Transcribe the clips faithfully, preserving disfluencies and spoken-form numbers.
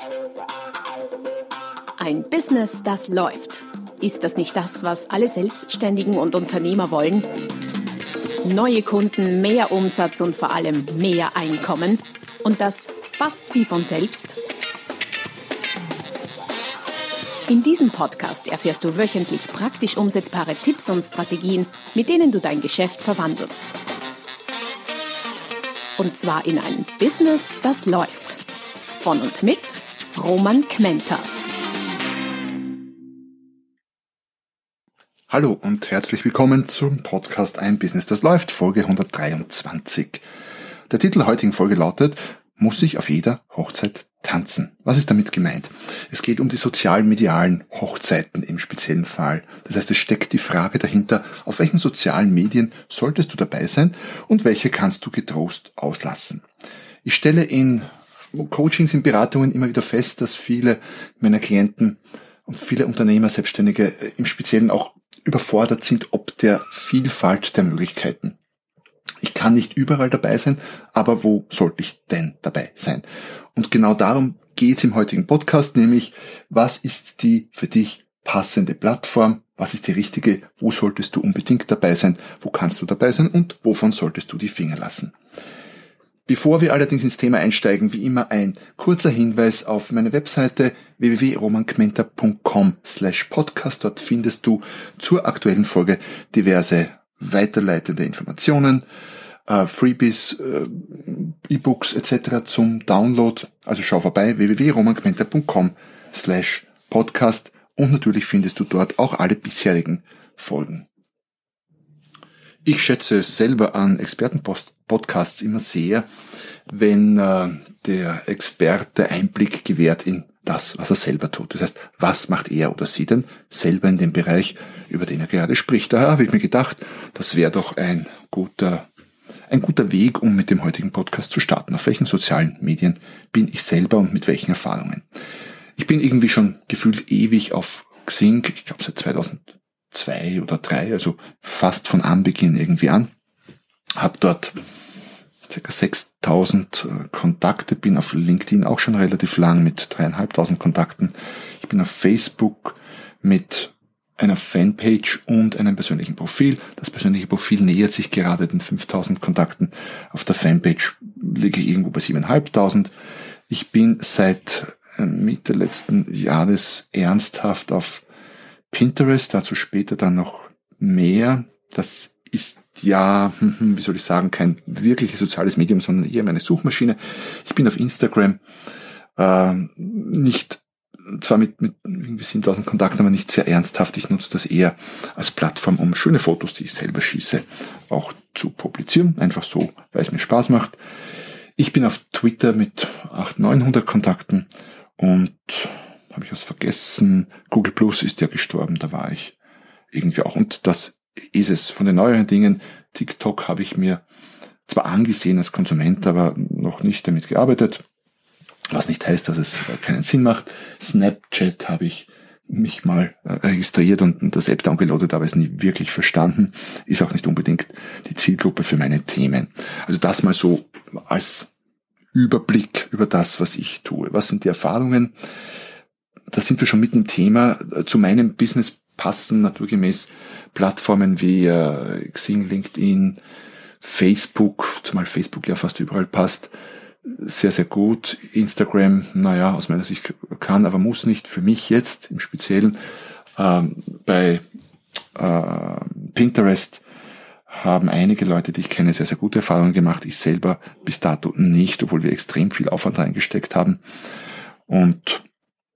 Ein Business, das läuft. Ist das nicht das, was alle Selbstständigen und Unternehmer wollen? Neue Kunden, mehr Umsatz und vor allem mehr Einkommen. Und das fast wie von selbst? In diesem Podcast erfährst du wöchentlich praktisch umsetzbare Tipps und Strategien, mit denen du dein Geschäft verwandelst. Und zwar in ein Business, das läuft. Von und mit Roman Kmenter. Hallo und herzlich willkommen zum Podcast Ein Business, das läuft, Folge hundertdreiundzwanzig. Der Titel der heutigen Folge lautet: Muss ich auf jeder Hochzeit tanzen? Was ist damit gemeint? Es geht um die sozial-medialen Hochzeiten im speziellen Fall. Das heißt, es steckt die Frage dahinter, auf welchen sozialen Medien solltest du dabei sein und welche kannst du getrost auslassen. Ich stelle in Coachings, in Beratungen immer wieder fest, dass viele meiner Klienten und viele Unternehmer, Selbstständige im Speziellen auch überfordert sind ob der Vielfalt der Möglichkeiten. Ich kann nicht überall dabei sein, aber wo sollte ich denn dabei sein? Und genau darum geht es im heutigen Podcast, nämlich was ist die für dich passende Plattform, was ist die richtige, wo solltest du unbedingt dabei sein, wo kannst du dabei sein und wovon solltest du die Finger lassen. Bevor wir allerdings ins Thema einsteigen, wie immer ein kurzer Hinweis auf meine Webseite w w w punkt roman kmenter punkt com slash podcast. Dort findest du zur aktuellen Folge diverse weiterleitende Informationen, äh, Freebies, äh, E-Books et cetera zum Download. Also schau vorbei, w w w punkt roman kmenter punkt com slash podcast, und natürlich findest du dort auch alle bisherigen Folgen. Ich schätze es selber an Expertenpodcasts immer sehr, wenn äh, der Experte Einblick gewährt in das, was er selber tut. Das heißt, was macht er oder sie denn selber in dem Bereich, über den er gerade spricht. Daher habe ich mir gedacht, das wäre doch ein guter, ein guter Weg, um mit dem heutigen Podcast zu starten. Auf welchen sozialen Medien bin ich selber und mit welchen Erfahrungen? Ich bin irgendwie schon gefühlt ewig auf Xing, ich glaube seit zweitausendzwei oder drei, also fast von Anbeginn irgendwie an. Habe dort ca. sechstausend Kontakte, bin auf LinkedIn auch schon relativ lang mit dreieinhalbtausend Kontakten. Ich bin auf Facebook mit einer Fanpage und einem persönlichen Profil. Das persönliche Profil nähert sich gerade den fünftausend Kontakten. Auf der Fanpage liege ich irgendwo bei siebentausendfünfhundert. Ich bin seit Mitte letzten Jahres ernsthaft auf Pinterest, dazu später dann noch mehr. Das ist ja, wie soll ich sagen, kein wirkliches soziales Medium, sondern eher meine Suchmaschine. Ich bin auf Instagram, äh, nicht, zwar mit, mit irgendwie siebentausend Kontakten, aber nicht sehr ernsthaft. Ich nutze das eher als Plattform, um schöne Fotos, die ich selber schieße, auch zu publizieren. Einfach so, weil es mir Spaß macht. Ich bin auf Twitter mit achthundert, neunhundert Kontakten und habe ich was vergessen? Google Plus ist ja gestorben, da war ich irgendwie auch. Und das ist es. Von den neueren Dingen, TikTok habe ich mir zwar angesehen als Konsument, aber noch nicht damit gearbeitet. Was nicht heißt, dass es keinen Sinn macht. Snapchat habe ich mich mal registriert und das App downgeloadet, aber es nie wirklich verstanden. Ist auch nicht unbedingt die Zielgruppe für meine Themen. Also das mal so als Überblick über das, was ich tue. Was sind die Erfahrungen? Da sind wir schon mitten im Thema. Zu meinem Business passen naturgemäß Plattformen wie äh, Xing, LinkedIn, Facebook, zumal Facebook ja fast überall passt, sehr, sehr gut. Instagram, naja, aus meiner Sicht kann, aber muss nicht. Für mich jetzt im Speziellen ähm, bei äh, Pinterest haben einige Leute, die ich kenne, sehr, sehr gute Erfahrungen gemacht. Ich selber bis dato nicht, obwohl wir extrem viel Aufwand reingesteckt haben. Und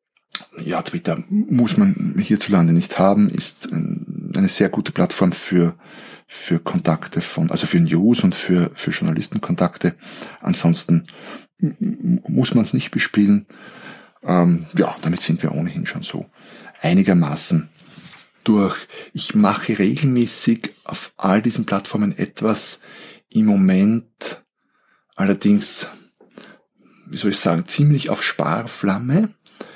ja, Twitter muss man hierzulande nicht haben, ist eine sehr gute Plattform für für Kontakte von, also für News und für für Journalistenkontakte. Ansonsten muss man es nicht bespielen. Ähm, ja, damit sind wir ohnehin schon so einigermaßen durch. Ich mache regelmäßig auf all diesen Plattformen etwas, im Moment allerdings, wie soll ich sagen, ziemlich auf Sparflamme.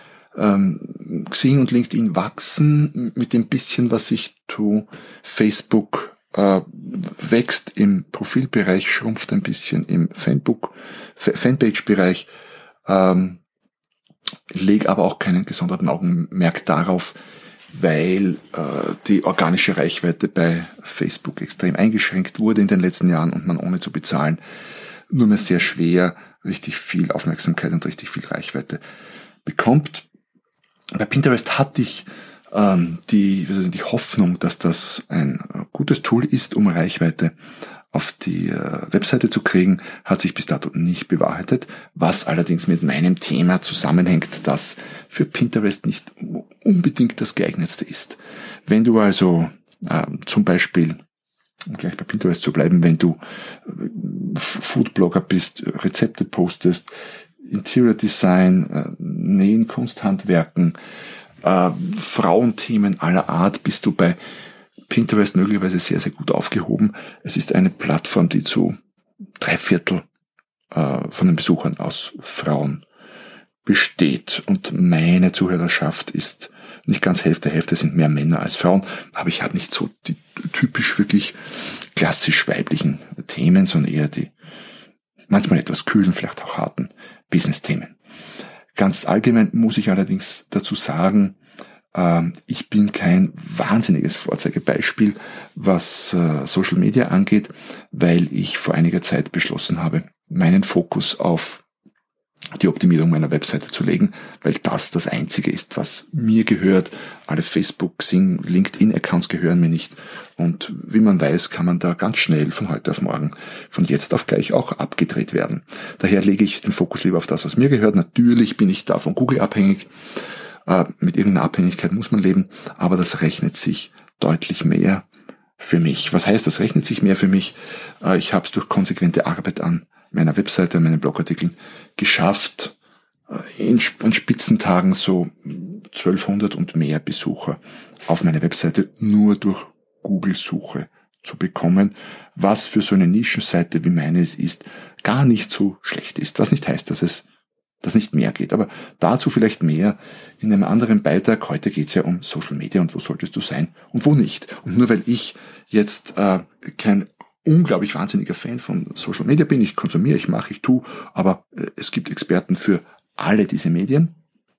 Ähm, Xing und LinkedIn wachsen mit dem bisschen, was ich tue. Facebook äh, wächst im Profilbereich, schrumpft ein bisschen im Fanbook, Fanpage-Bereich. Ähm, lege aber auch keinen gesonderten Augenmerk darauf, weil äh, die organische Reichweite bei Facebook extrem eingeschränkt wurde in den letzten Jahren und man ohne zu bezahlen nur mehr sehr schwer richtig viel Aufmerksamkeit und richtig viel Reichweite bekommt. Bei Pinterest hatte ich ähm, die, die Hoffnung, dass das ein gutes Tool ist, um Reichweite auf die äh, Webseite zu kriegen, hat sich bis dato nicht bewahrheitet, was allerdings mit meinem Thema zusammenhängt, das für Pinterest nicht unbedingt das geeignetste ist. Wenn du also äh, zum Beispiel, um gleich bei Pinterest zu bleiben, wenn du äh, Foodblogger bist, Rezepte postest, Interior Design, äh, Nähen, Kunsthandwerken, äh, Frauenthemen aller Art, bist du bei Pinterest möglicherweise sehr, sehr gut aufgehoben. Es ist eine Plattform, die zu drei Viertel äh, von den Besuchern aus Frauen besteht. Und meine Zuhörerschaft ist nicht ganz Hälfte, Hälfte sind mehr Männer als Frauen. Aber ich habe nicht so die typisch wirklich klassisch weiblichen Themen, sondern eher die manchmal etwas kühlen, vielleicht auch harten Business-Themen. Ganz allgemein muss ich allerdings dazu sagen, ich bin kein wahnsinniges Vorzeigebeispiel, was Social Media angeht, weil ich vor einiger Zeit beschlossen habe, meinen Fokus auf die Optimierung meiner Webseite zu legen, weil das das Einzige ist, was mir gehört. Alle Facebook, Xing, LinkedIn-Accounts gehören mir nicht. Und wie man weiß, kann man da ganz schnell von heute auf morgen, von jetzt auf gleich auch abgedreht werden. Daher lege ich den Fokus lieber auf das, was mir gehört. Natürlich bin ich da von Google abhängig. Mit irgendeiner Abhängigkeit muss man leben, aber das rechnet sich deutlich mehr für mich. Was heißt, das rechnet sich mehr für mich? Ich habe es durch konsequente Arbeit an meiner Webseite, an meinen Blogartikeln geschafft, in, an Spitzentagen so zwölfhundert und mehr Besucher auf meine Webseite nur durch Google-Suche zu bekommen, was für so eine Nischenseite wie meine es ist, gar nicht so schlecht ist. Was nicht heißt, dass es dass nicht mehr geht. Aber dazu vielleicht mehr in einem anderen Beitrag. Heute geht es ja um Social Media und wo solltest du sein und wo nicht. Und nur weil ich jetzt äh, kein unglaublich wahnsinniger Fan von Social Media bin, ich konsumiere, ich mache, ich tue, aber äh, es gibt Experten für alle diese Medien,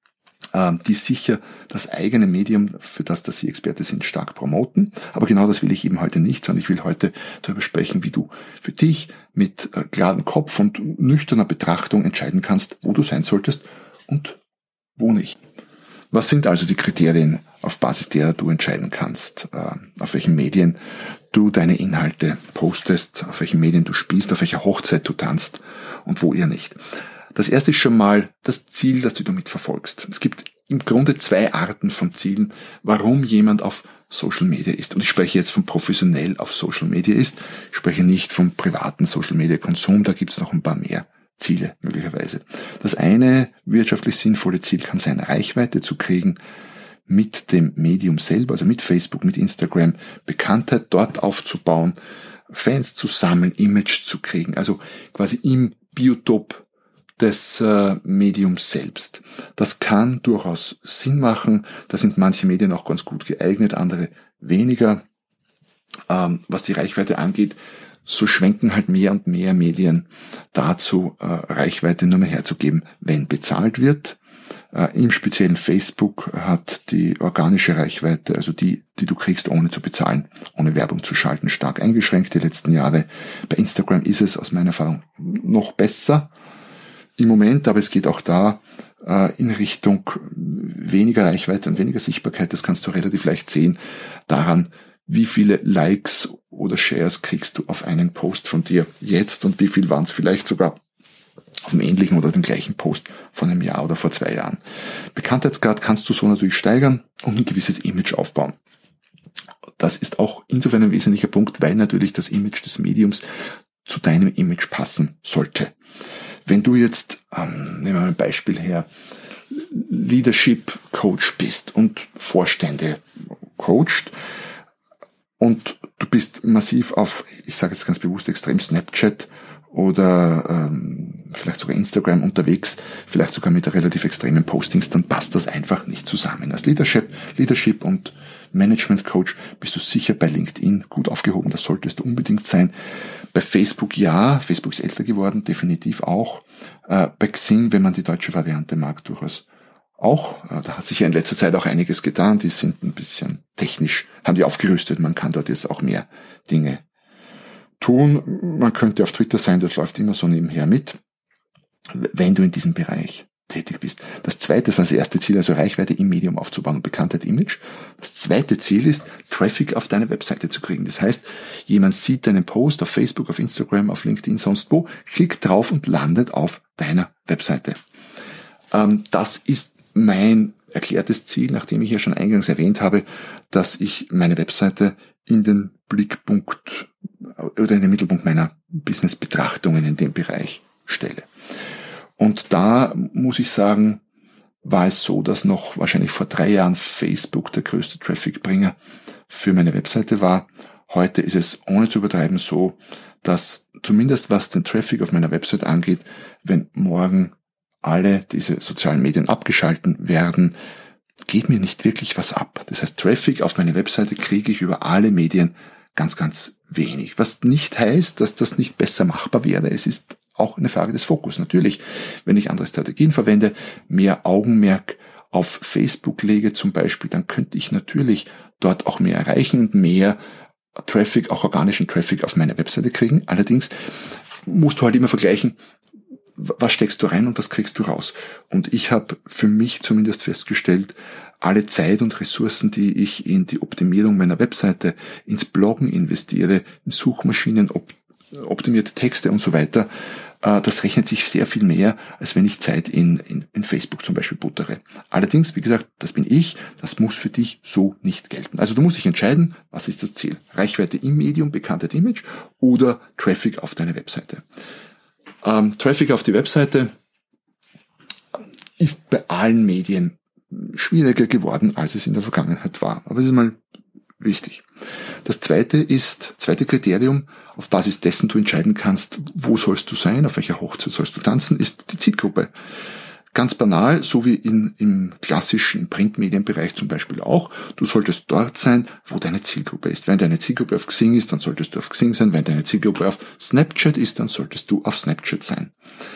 äh, die sicher das eigene Medium, für das, dass sie Experte sind, stark promoten. Aber genau das will ich eben heute nicht, sondern ich will heute darüber sprechen, wie du für dich mit äh, klarem Kopf und nüchterner Betrachtung entscheiden kannst, wo du sein solltest und wo nicht. Was sind also die Kriterien, auf Basis derer du entscheiden kannst, äh, auf welchen Medien du deine Inhalte postest, auf welchen Medien du spielst, auf welcher Hochzeit du tanzt und wo eher nicht? Das erste ist schon mal das Ziel, das du damit verfolgst. Es gibt im Grunde zwei Arten von Zielen, warum jemand auf Social Media ist. Und ich spreche jetzt von professionell auf Social Media ist. Ich spreche nicht vom privaten Social Media Konsum. Da gibt es noch ein paar mehr Ziele möglicherweise. Das eine wirtschaftlich sinnvolle Ziel kann sein, Reichweite zu kriegen mit dem Medium selber, also mit Facebook, mit Instagram, Bekanntheit dort aufzubauen, Fans zu sammeln, Image zu kriegen, also quasi im Biotop des äh, Mediums selbst. Das kann durchaus Sinn machen. Da sind manche Medien auch ganz gut geeignet, andere weniger. Ähm, was die Reichweite angeht, so schwenken halt mehr und mehr Medien dazu, äh, Reichweite nur mehr herzugeben, wenn bezahlt wird. Äh, im speziellen Facebook hat die organische Reichweite, also die, die du kriegst, ohne zu bezahlen, ohne Werbung zu schalten, stark eingeschränkt die letzten Jahre. Bei Instagram ist es aus meiner Erfahrung noch besser im Moment, aber es geht auch da äh, in Richtung weniger Reichweite und weniger Sichtbarkeit. Das kannst du relativ leicht sehen daran, wie viele Likes oder Shares kriegst du auf einen Post von dir jetzt und wie viel waren es vielleicht sogar auf dem ähnlichen oder dem gleichen Post von einem Jahr oder vor zwei Jahren. Bekanntheitsgrad kannst du so natürlich steigern und ein gewisses Image aufbauen. Das ist auch insofern ein wesentlicher Punkt, weil natürlich das Image des Mediums zu deinem Image passen sollte. Wenn du jetzt, ähm, nehmen wir mal ein Beispiel her, Leadership Coach bist und Vorstände coacht und du bist massiv auf, ich sage jetzt ganz bewusst extrem Snapchat oder ähm, vielleicht sogar Instagram unterwegs, vielleicht sogar mit relativ extremen Postings, dann passt das einfach nicht zusammen. Als Leadership, Leadership und Management Coach bist du sicher bei LinkedIn gut aufgehoben, das solltest du unbedingt sein. Bei Facebook ja, Facebook ist älter geworden, definitiv auch. Äh, bei Xing, wenn man die deutsche Variante mag, durchaus auch. Da hat sich ja in letzter Zeit auch einiges getan. Die sind ein bisschen technisch, haben die aufgerüstet. Man kann dort jetzt auch mehr Dinge tun. Man könnte auf Twitter sein, das läuft immer so nebenher mit, wenn du in diesem Bereich tätig bist. Das zweite, das war das erste Ziel, also Reichweite im Medium aufzubauen und Bekanntheit, Image. Das zweite Ziel ist, Traffic auf deine Webseite zu kriegen. Das heißt, jemand sieht deinen Post auf Facebook, auf Instagram, auf LinkedIn, sonst wo, klickt drauf und landet auf deiner Webseite. Ähm, das ist mein erklärtes Ziel, nachdem ich ja schon eingangs erwähnt habe, dass ich meine Webseite in den Blickpunkt oder in den Mittelpunkt meiner Business-Betrachtungen in dem Bereich stelle. Und da muss ich sagen, war es so, dass noch wahrscheinlich vor drei Jahren Facebook der größte Traffic-Bringer für meine Webseite war. Heute ist es, ohne zu übertreiben, so, dass zumindest was den Traffic auf meiner Website angeht, wenn morgen alle diese sozialen Medien abgeschalten werden, geht mir nicht wirklich was ab. Das heißt, Traffic auf meine Webseite kriege ich über alle Medien ganz, ganz wenig. Was nicht heißt, dass das nicht besser machbar wäre. Es ist auch eine Frage des Fokus. Natürlich, wenn ich andere Strategien verwende, mehr Augenmerk auf Facebook lege zum Beispiel, dann könnte ich natürlich dort auch mehr erreichen und mehr Traffic, auch organischen Traffic auf meine Webseite kriegen. Allerdings musst du halt immer vergleichen, was steckst du rein und was kriegst du raus. Und ich habe für mich zumindest festgestellt, alle Zeit und Ressourcen, die ich in die Optimierung meiner Webseite, ins Bloggen investiere, in Suchmaschinen, op- optimierte Texte und so weiter, äh, das rechnet sich sehr viel mehr, als wenn ich Zeit in, in, in Facebook zum Beispiel buttere. Allerdings, wie gesagt, das bin ich, das muss für dich so nicht gelten. Also du musst dich entscheiden, was ist das Ziel? Reichweite im Medium, Bekanntheit, Image oder Traffic auf deine Webseite. Ähm, Traffic auf die Webseite ist bei allen Medien schwieriger geworden, als es in der Vergangenheit war. Aber das ist mal wichtig. Das zweite ist, zweite Kriterium, auf Basis dessen du entscheiden kannst, wo sollst du sein, auf welcher Hochzeit sollst du tanzen, ist die Zielgruppe. Ganz banal, so wie in, im klassischen Printmedienbereich zum Beispiel auch. Du solltest dort sein, wo deine Zielgruppe ist. Wenn deine Zielgruppe auf Xing ist, dann solltest du auf Xing sein. Wenn deine Zielgruppe auf Snapchat ist, dann solltest du auf Snapchat sein.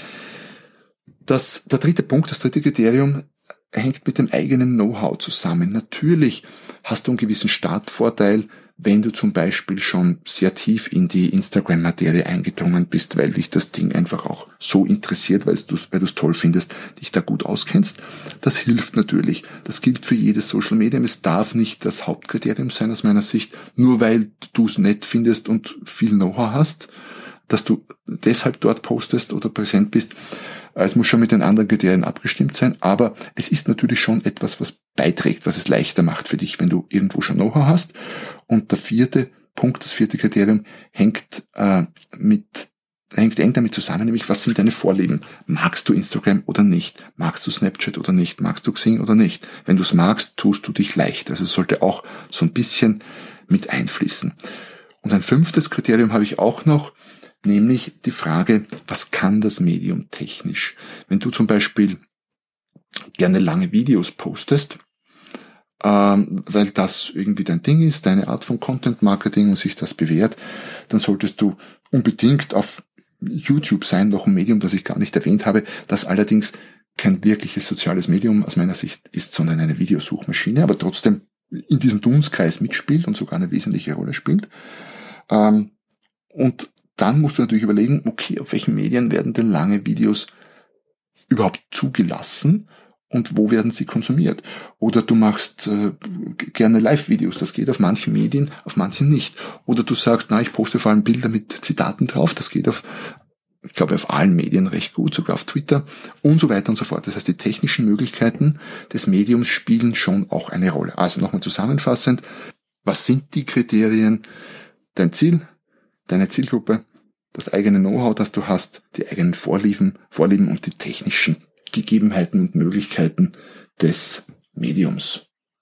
Das, der dritte Punkt, das dritte Kriterium hängt mit dem eigenen Know-how zusammen. Natürlich hast du einen gewissen Startvorteil, wenn du zum Beispiel schon sehr tief in die Instagram-Materie eingedrungen bist, weil dich das Ding einfach auch so interessiert, weil du weil du es toll findest, dich da gut auskennst. Das hilft natürlich. Das gilt für jedes Social Media. Es darf nicht das Hauptkriterium sein aus meiner Sicht, nur weil du es nett findest und viel Know-how hast, dass du deshalb dort postest oder präsent bist. Es muss schon mit den anderen Kriterien abgestimmt sein, aber es ist natürlich schon etwas, was beiträgt, was es leichter macht für dich, wenn du irgendwo schon Know-how hast. Und der vierte Punkt, das vierte Kriterium hängt äh, mit hängt eng damit zusammen, nämlich was sind deine Vorlieben? Magst du Instagram oder nicht? Magst du Snapchat oder nicht? Magst du Xing oder nicht? Wenn du es magst, tust du dich leicht. Also es sollte auch so ein bisschen mit einfließen. Und ein fünftes Kriterium habe ich auch noch, nämlich die Frage, was kann das Medium technisch? Wenn du zum Beispiel gerne lange Videos postest, ähm, weil das irgendwie dein Ding ist, deine Art von Content Marketing und sich das bewährt, dann solltest du unbedingt auf YouTube sein, noch ein Medium, das ich gar nicht erwähnt habe, das allerdings kein wirkliches soziales Medium aus meiner Sicht ist, sondern eine Videosuchmaschine, aber trotzdem in diesem Dunstkreis mitspielt und sogar eine wesentliche Rolle spielt. Ähm, und dann musst du natürlich überlegen, okay, auf welchen Medien werden denn lange Videos überhaupt zugelassen und wo werden sie konsumiert? Oder du machst äh, gerne Live-Videos, das geht auf manchen Medien, auf manchen nicht. Oder du sagst, na, ich poste vor allem Bilder mit Zitaten drauf, das geht auf, ich glaube, auf allen Medien recht gut, sogar auf Twitter und so weiter und so fort. Das heißt, die technischen Möglichkeiten des Mediums spielen schon auch eine Rolle. Also nochmal zusammenfassend, was sind die Kriterien? Dein Ziel, deine Zielgruppe, das eigene Know-how, das du hast, die eigenen Vorlieben, Vorlieben und die technischen Gegebenheiten und Möglichkeiten des Mediums.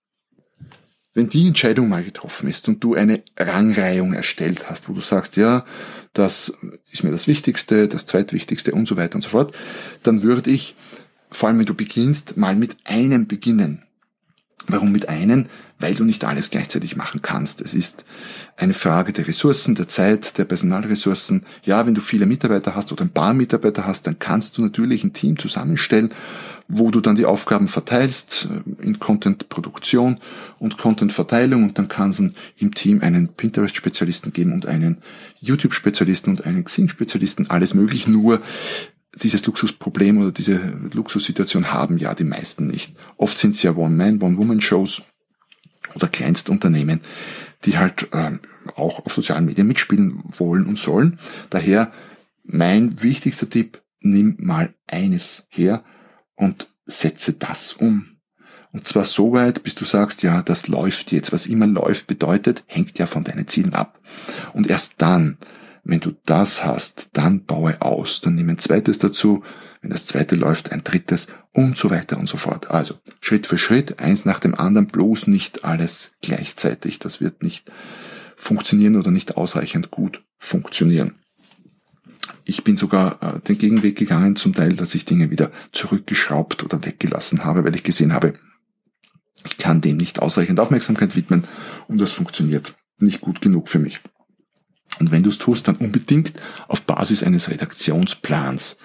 Wenn die Entscheidung mal getroffen ist und du eine Rangreihung erstellt hast, wo du sagst, ja, das ist mir das Wichtigste, das Zweitwichtigste und so weiter und so fort, dann würde ich, vor allem wenn du beginnst, mal mit einem beginnen. Warum mit einem? Weil du nicht alles gleichzeitig machen kannst. Es ist eine Frage der Ressourcen, der Zeit, der Personalressourcen. Ja, wenn du viele Mitarbeiter hast oder ein paar Mitarbeiter hast, dann kannst du natürlich ein Team zusammenstellen wo du dann die Aufgaben verteilst in Content-Produktion und Content-Verteilung, und dann kann es im Team einen Pinterest-Spezialisten geben und einen YouTube-Spezialisten und einen Xing-Spezialisten, alles möglich, nur dieses Luxusproblem oder diese Luxussituation haben ja die meisten nicht. Oft sind es ja One-Man, One-Woman-Shows oder Kleinstunternehmen, die halt ähm, auch auf sozialen Medien mitspielen wollen und sollen. Daher mein wichtigster Tipp: nimm mal eines her und setze das um. Und zwar so weit, bis du sagst, ja, das läuft jetzt. Was immer läuft bedeutet, hängt ja von deinen Zielen ab. Und erst dann, wenn du das hast, dann baue aus. Dann nimm ein zweites dazu. Wenn das zweite läuft, ein drittes und so weiter und so fort. Also Schritt für Schritt, eins nach dem anderen, bloß nicht alles gleichzeitig. Das wird nicht funktionieren oder nicht ausreichend gut funktionieren. Ich bin sogar äh, den Gegenweg gegangen, zum Teil, dass ich Dinge wieder zurückgeschraubt oder weggelassen habe, weil ich gesehen habe, ich kann dem nicht ausreichend Aufmerksamkeit widmen und das funktioniert nicht gut genug für mich. Und wenn du es tust, dann unbedingt auf Basis eines Redaktionsplans.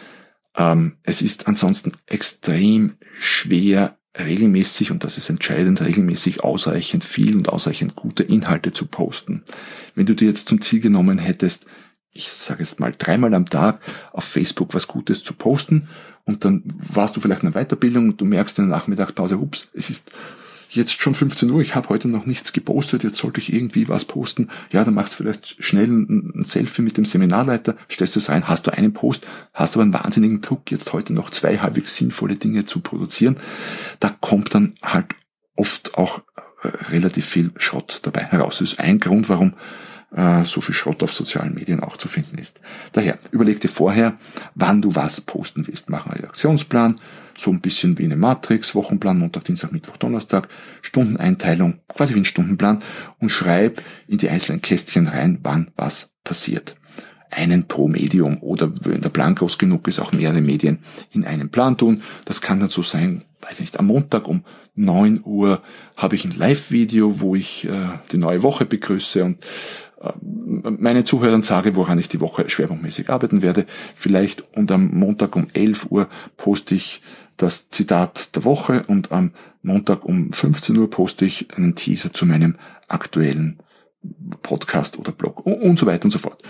Ähm, es ist ansonsten extrem schwer, regelmäßig, und das ist entscheidend, regelmäßig ausreichend viel und ausreichend gute Inhalte zu posten. Wenn du dir jetzt zum Ziel genommen hättest, ich sage jetzt mal dreimal am Tag auf Facebook was Gutes zu posten, und dann warst du vielleicht in einer Weiterbildung und du merkst in der Nachmittagspause, ups, es ist jetzt schon fünfzehn Uhr, ich habe heute noch nichts gepostet, jetzt sollte ich irgendwie was posten. Ja, dann machst du vielleicht schnell ein, ein Selfie mit dem Seminarleiter, stellst es rein, hast du einen Post, hast aber einen wahnsinnigen Druck, jetzt heute noch zwei halbwegs sinnvolle Dinge zu produzieren. Da kommt dann halt oft auch äh, relativ viel Schrott dabei heraus. Das ist ein Grund, warum äh, so viel Schrott auf sozialen Medien auch zu finden ist. Daher, überleg dir vorher, wann du was posten willst. Mach einen Redaktionsplan, so ein bisschen wie eine Matrix, Wochenplan, Montag, Dienstag, Mittwoch, Donnerstag, Stundeneinteilung, quasi wie ein Stundenplan, und schreib in die einzelnen Kästchen rein, wann was passiert. Einen pro Medium, oder wenn der Plan groß genug ist, auch mehrere Medien in einen Plan tun. Das kann dann so sein, weiß nicht, am Montag um neun Uhr habe ich ein Live-Video, wo ich äh, die neue Woche begrüße und äh, meinen Zuhörern sage, woran ich die Woche schwerpunktmäßig arbeiten werde. Vielleicht, und am Montag um elf Uhr poste ich das Zitat der Woche, und am Montag um fünfzehn Uhr poste ich einen Teaser zu meinem aktuellen Podcast oder Blog und so weiter und so fort.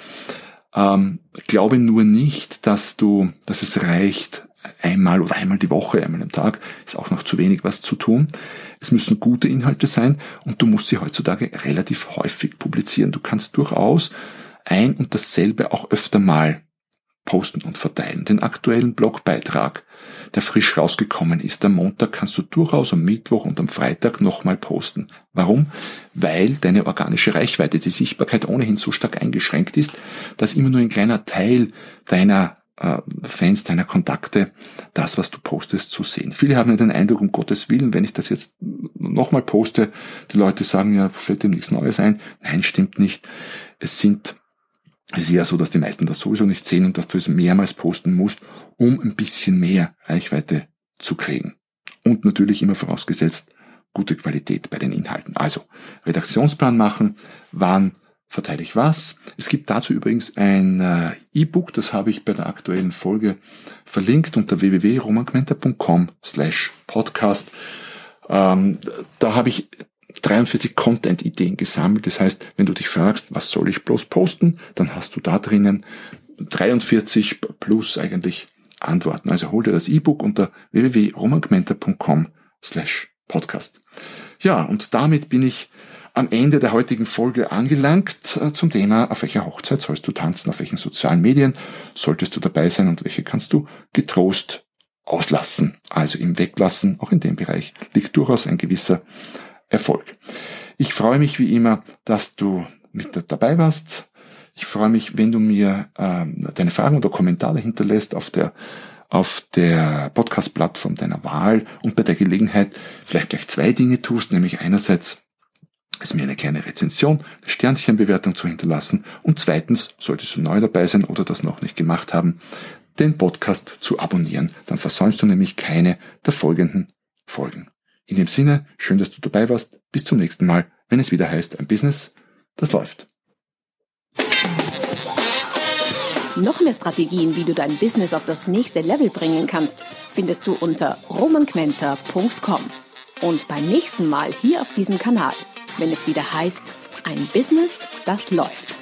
Ähm, glaube nur nicht, dass du, dass es reicht, einmal oder einmal die Woche, einmal am Tag, ist auch noch zu wenig was zu tun. Es müssen gute Inhalte sein, und du musst sie heutzutage relativ häufig publizieren. Du kannst durchaus ein und dasselbe auch öfter mal posten und verteilen. Den aktuellen Blogbeitrag, der frisch rausgekommen ist am Montag, kannst du durchaus am Mittwoch und am Freitag nochmal posten. Warum? Weil deine organische Reichweite, die Sichtbarkeit ohnehin so stark eingeschränkt ist, dass immer nur ein kleiner Teil deiner äh, Fans, deiner Kontakte, das, was du postest, zu sehen. Viele haben ja den Eindruck, um Gottes Willen, wenn ich das jetzt nochmal poste, die Leute sagen, ja, fällt dem nichts Neues ein. Nein, stimmt nicht. Es sind Es ist ja so, dass die meisten das sowieso nicht sehen und dass du es mehrmals posten musst, um ein bisschen mehr Reichweite zu kriegen. Und natürlich immer vorausgesetzt, gute Qualität bei den Inhalten. Also, Redaktionsplan machen, wann verteile ich was. Es gibt dazu übrigens ein äh, E-Book, das habe ich bei der aktuellen Folge verlinkt unter w w w punkt roman gmenta punkt com slash podcast. Ähm, da habe ich dreiundvierzig Content-Ideen gesammelt. Das heißt, wenn du dich fragst, was soll ich bloß posten, dann hast du da drinnen dreiundvierzig plus eigentlich Antworten. Also hol dir das E-Book unter w w w punkt roman gmenta punkt com slash podcast. Ja, und damit bin ich am Ende der heutigen Folge angelangt äh, zum Thema, auf welcher Hochzeit sollst du tanzen, auf welchen sozialen Medien solltest du dabei sein und welche kannst du getrost auslassen. Also im Weglassen, auch in dem Bereich, liegt durchaus ein gewisser Erfolg. Ich freue mich wie immer, dass du mit dabei warst. Ich freue mich, wenn du mir ähm, deine Fragen oder Kommentare hinterlässt auf der auf der Podcast-Plattform deiner Wahl und bei der Gelegenheit vielleicht gleich zwei Dinge tust, nämlich einerseits es mir eine kleine Rezension, eine Sternchenbewertung zu hinterlassen, und zweitens, solltest du neu dabei sein oder das noch nicht gemacht haben, den Podcast zu abonnieren. Dann versäumst du nämlich keine der folgenden Folgen. In dem Sinne, schön, dass du dabei warst. Bis zum nächsten Mal, wenn es wieder heißt, ein Business, das läuft. Noch mehr Strategien, wie du dein Business auf das nächste Level bringen kannst, findest du unter romanquenter punkt com. Und beim nächsten Mal hier auf diesem Kanal, wenn es wieder heißt, ein Business, das läuft.